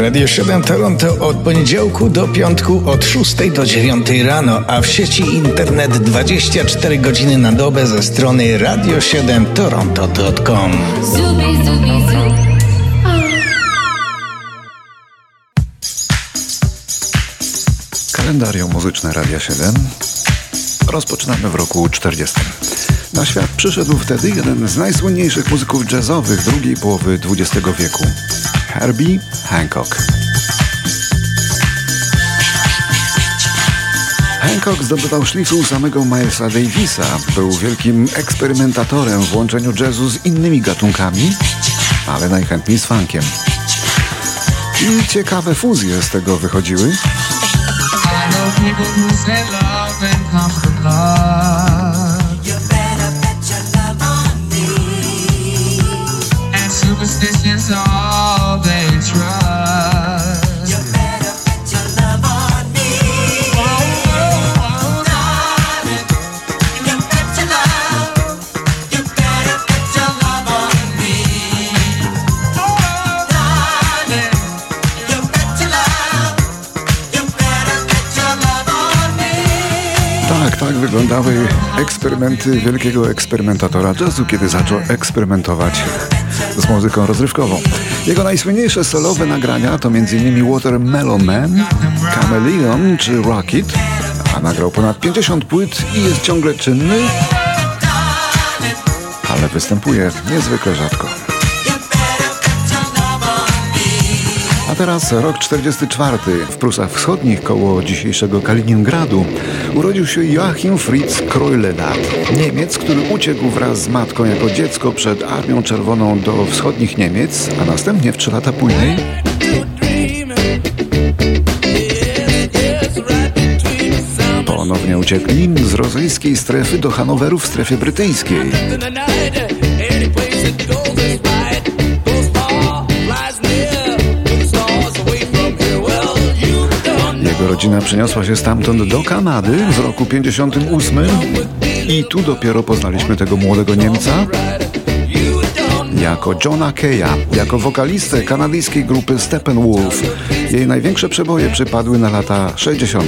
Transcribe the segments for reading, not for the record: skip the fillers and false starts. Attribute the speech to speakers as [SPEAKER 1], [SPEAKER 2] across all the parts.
[SPEAKER 1] Radio 7 Toronto od poniedziałku do piątku od 6 do 9 rano, a w sieci internet 24 godziny na dobę ze strony radio7toronto.com.
[SPEAKER 2] Kalendarium muzyczne Radia 7 rozpoczynamy w roku 40. Na świat przyszedł wtedy jeden z najsłynniejszych muzyków jazzowych drugiej połowy XX wieku, Herbie Hancock. Hancock zdobywał szlify u samego Milesa Davisa, był wielkim eksperymentatorem w łączeniu jazzu z innymi gatunkami, ale najchętniej z funkiem. I ciekawe fuzje z tego wychodziły.
[SPEAKER 3] Superstitions all they trust. You better bet your love on me. Oh, oh, oh, darling. You bet your love. You better bet your love on me. Oh, darling. You bet your love. You better bet your love on me.
[SPEAKER 2] Tak wyglądały eksperymenty wielkiego eksperymentatora jazzu, kiedy zaczął eksperymentować z muzyką rozrywkową. Jego najsłynniejsze solowe nagrania to m.in. Watermelon Man, Chameleon czy Rocket, a nagrał ponad 50 płyt i jest ciągle czynny, ale występuje niezwykle rzadko. A teraz rok 44. W Prusach Wschodnich koło dzisiejszego Kaliningradu urodził się Joachim Fritz Kreuledat, Niemiec, który uciekł wraz z matką jako dziecko przed Armią Czerwoną do wschodnich Niemiec, a następnie w 3 lata później ponownie uciekli z rosyjskiej strefy do Hanoweru w strefie brytyjskiej. Jego rodzina przeniosła się stamtąd do Kanady w roku 58 i tu dopiero poznaliśmy tego młodego Niemca jako Johna Keya, jako wokalistę kanadyjskiej grupy Steppenwolf. Jej największe przeboje przypadły na lata 60.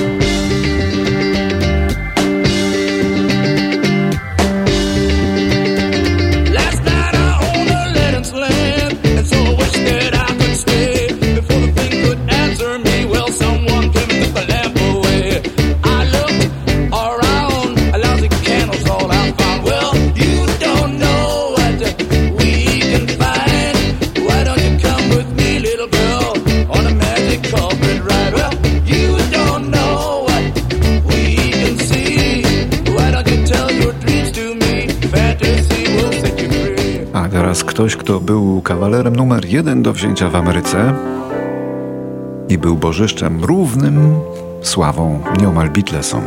[SPEAKER 2] Teraz ktoś, kto był kawalerem numer 1 do wzięcia w Ameryce i był bożyszczem równym sławą nieomal Beatlesom.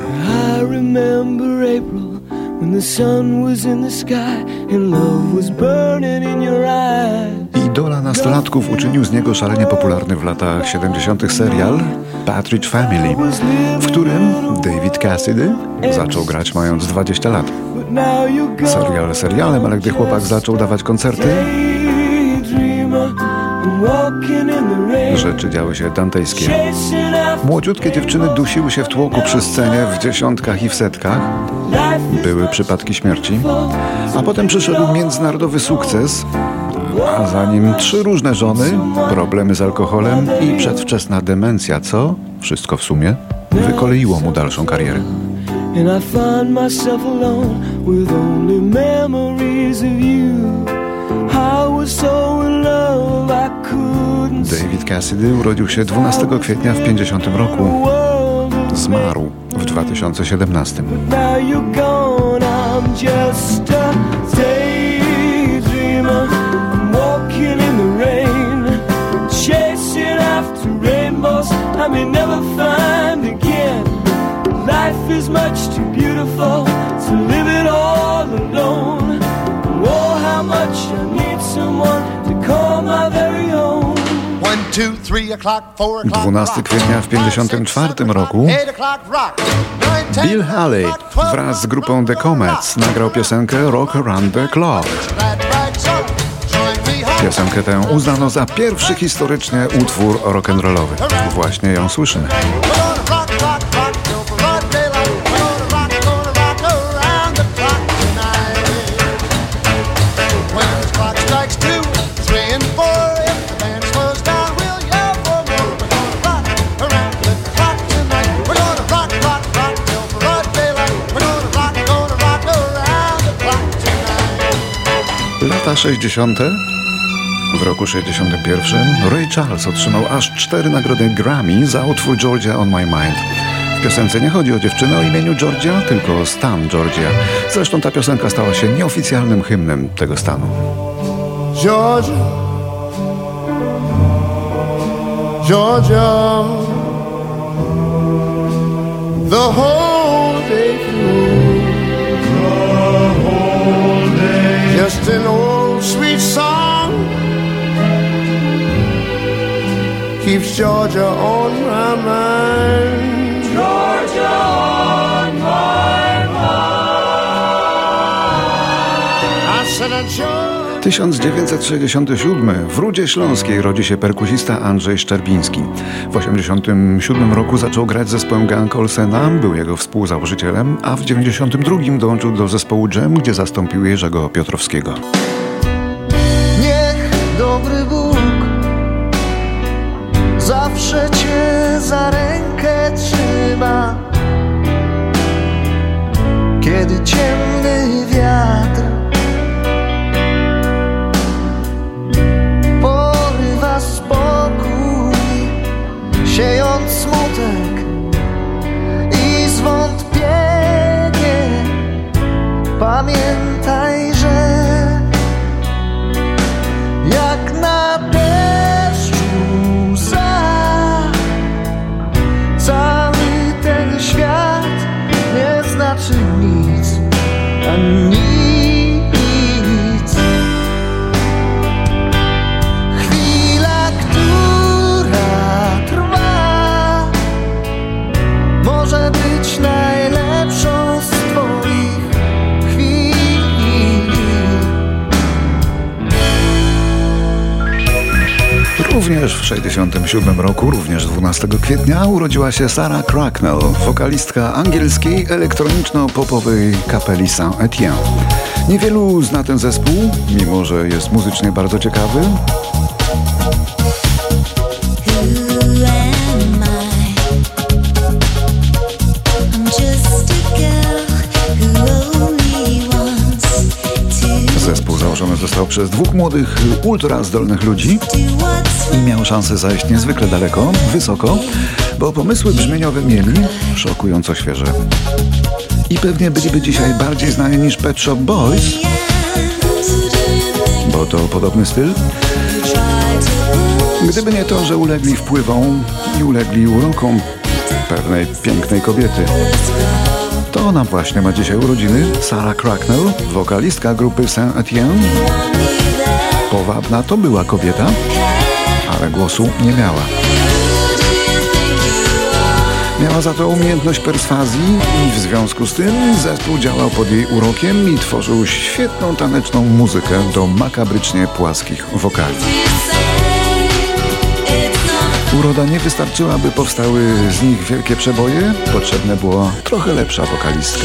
[SPEAKER 2] Idola nastolatków uczynił z niego szalenie popularny w latach 70. serial Partridge Family, w którym David Cassidy zaczął grać mając 20 lat. Serial serialem, ale gdy chłopak zaczął dawać koncerty, rzeczy działy się dantejskie. Młodziutkie dziewczyny dusiły się w tłoku przy scenie w dziesiątkach i w setkach. Były przypadki śmierci. A potem przyszedł międzynarodowy sukces, a za nim 3 różne żony, problemy z alkoholem i przedwczesna demencja, co, wszystko w sumie, wykoleiło mu dalszą karierę. And I find myself alone with only memories of you. I was so in love I couldn't. David Cassidy urodził się 12 kwietnia w 50 roku. Zmarł w 2017. Now you're gone, I'm just a daydreamer. I'm walking in the rain, chasing after rainbows I may never find again. Life is much too beautiful to live it all alone. Oh, how much I need someone to call my very own. 12 kwietnia w 1954 roku Bill Haley wraz z grupą The Comets nagrał piosenkę Rock Around the Clock. Piosenkę tę uznano za pierwszy historycznie utwór rock'n'rollowy. Właśnie ją słyszymy. Lata 60. W roku 61 Ray Charles otrzymał aż 4 nagrody Grammy za utwór Georgia on My Mind. W piosence nie chodzi o dziewczynę o imieniu Georgia, tylko o stan Georgia. Zresztą ta piosenka stała się nieoficjalnym hymnem tego stanu.
[SPEAKER 4] Georgia, Georgia, the whole day through, just an old sweet song keeps Georgia on my mind. Georgia on my mind. I said, Georgia.
[SPEAKER 2] 1967. W Rudzie Śląskiej rodzi się perkusista Andrzej Szczerbiński. W 1987 roku zaczął grać z zespołem Gang Olsena, był jego współzałożycielem, a w 1992 dołączył do zespołu Dżem, gdzie zastąpił Jerzego Piotrowskiego.
[SPEAKER 5] Niech dobry Bóg zawsze cię za rękę trzyma, kiedy ciemny wiatr porywa spokój, siejąc smutek i zwątpienie. Pamiętaj, że jak na deszczu łza, cały ten świat nie znaczy nic, a nic. Chwila, która trwa, może być najlepszą z twoich chwil.
[SPEAKER 2] Również w 1967 roku, również 12 kwietnia, urodziła się Sarah Cracknell, wokalistka angielskiej elektroniczno-popowej kapeli Saint-Etienne. Niewielu zna ten zespół, mimo że jest muzycznie bardzo ciekawy. Zespół założony został przez 2 młodych, ultra zdolnych ludzi i miał szansę zajść niezwykle daleko, wysoko, bo pomysły brzmieniowe mieli szokująco świeże. I pewnie byliby dzisiaj bardziej znani niż Pet Shop Boys, bo to podobny styl. Gdyby nie to, że ulegli wpływom i ulegli urokom pewnej pięknej kobiety. To ona właśnie ma dzisiaj urodziny, Sarah Cracknell, wokalistka grupy Saint-Etienne. Powabna to była kobieta, ale głosu nie miała. Miała za to umiejętność perswazji i w związku z tym zespół działał pod jej urokiem i tworzył świetną taneczną muzykę do makabrycznie płaskich wokali. Uroda nie wystarczyła, by powstały z nich wielkie przeboje. Potrzebna była trochę lepsza wokalistka.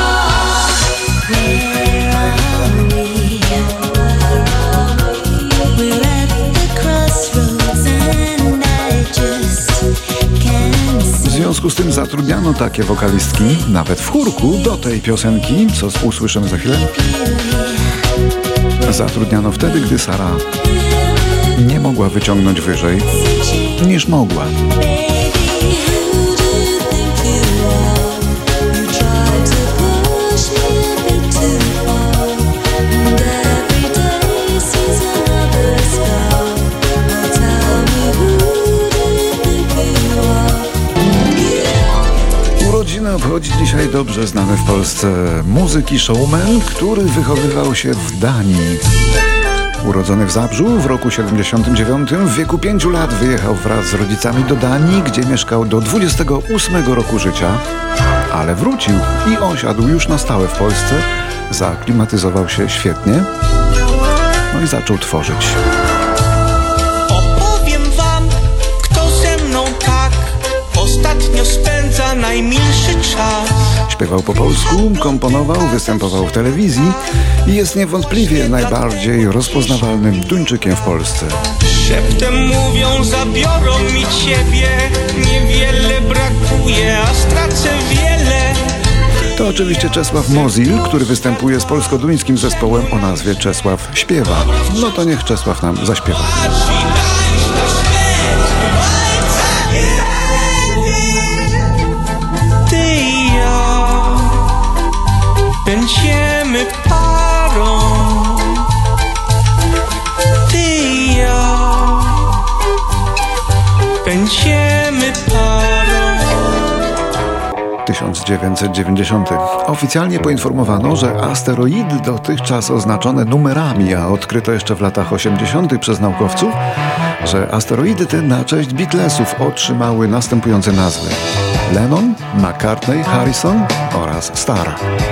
[SPEAKER 2] W związku z tym zatrudniano takie wokalistki, nawet w chórku, do tej piosenki, co usłyszymy za chwilę. Zatrudniano wtedy, gdy Sara nie mogła wyciągnąć wyżej niż mogła. Urodziny obchodzi dzisiaj dobrze znany w Polsce muzyk i showman, który wychowywał się w Danii. Urodzony w Zabrzu w roku 79, w wieku 5 lat wyjechał wraz z rodzicami do Danii, gdzie mieszkał do 28 roku życia, ale wrócił i osiadł już na stałe w Polsce, zaaklimatyzował się świetnie. No i zaczął tworzyć.
[SPEAKER 6] Opowiem wam, kto ze mną tak ostatnio spędza najmilszy czas.
[SPEAKER 2] Śpiewał po polsku, komponował, występował w telewizji i jest niewątpliwie najbardziej rozpoznawalnym Duńczykiem w Polsce.
[SPEAKER 6] Szeptem mówią, zabiorą mi ciebie. Niewiele brakuje, a stracę wiele.
[SPEAKER 2] To oczywiście Czesław Mozil, który występuje z polsko-duńskim zespołem o nazwie Czesław Śpiewa. No to niech Czesław nam zaśpiewa.
[SPEAKER 6] Ty i ja będziemy parą. Ty i ja będziemy parą.
[SPEAKER 2] 1990. Oficjalnie poinformowano, że asteroidy dotychczas oznaczone numerami, a odkryto jeszcze w latach 80. przez naukowców, że asteroidy te na cześć Beatlesów otrzymały następujące nazwy: Lennon, McCartney, Harrison oraz Starr.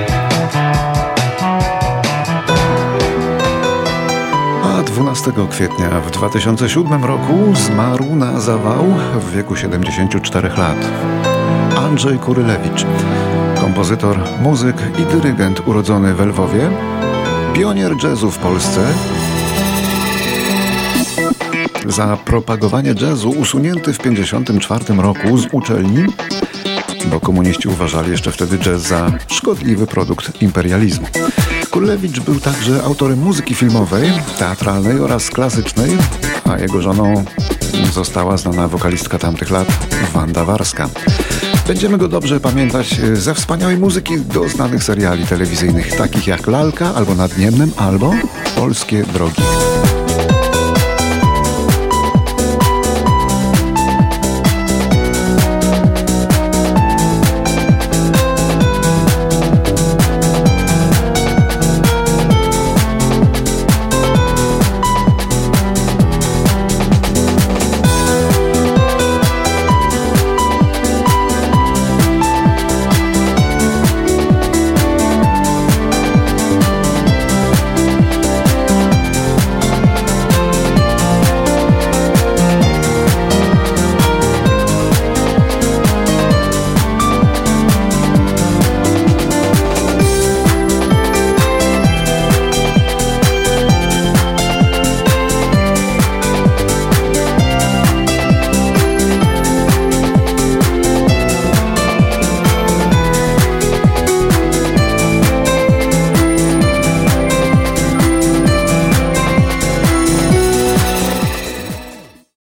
[SPEAKER 2] A 12 kwietnia w 2007 roku zmarł na zawał w wieku 74 lat. Andrzej Kurylewicz, kompozytor, muzyk i dyrygent urodzony w Lwowie, pionier jazzu w Polsce. Za propagowanie jazzu usunięty w 1954 roku z uczelni, bo komuniści uważali jeszcze wtedy jazz za szkodliwy produkt imperializmu. Kurylewicz był także autorem muzyki filmowej, teatralnej oraz klasycznej, a jego żoną została znana wokalistka tamtych lat Wanda Warska. Będziemy go dobrze pamiętać ze wspaniałej muzyki do znanych seriali telewizyjnych, takich jak Lalka, albo Nad Niemnem, albo Polskie Drogi.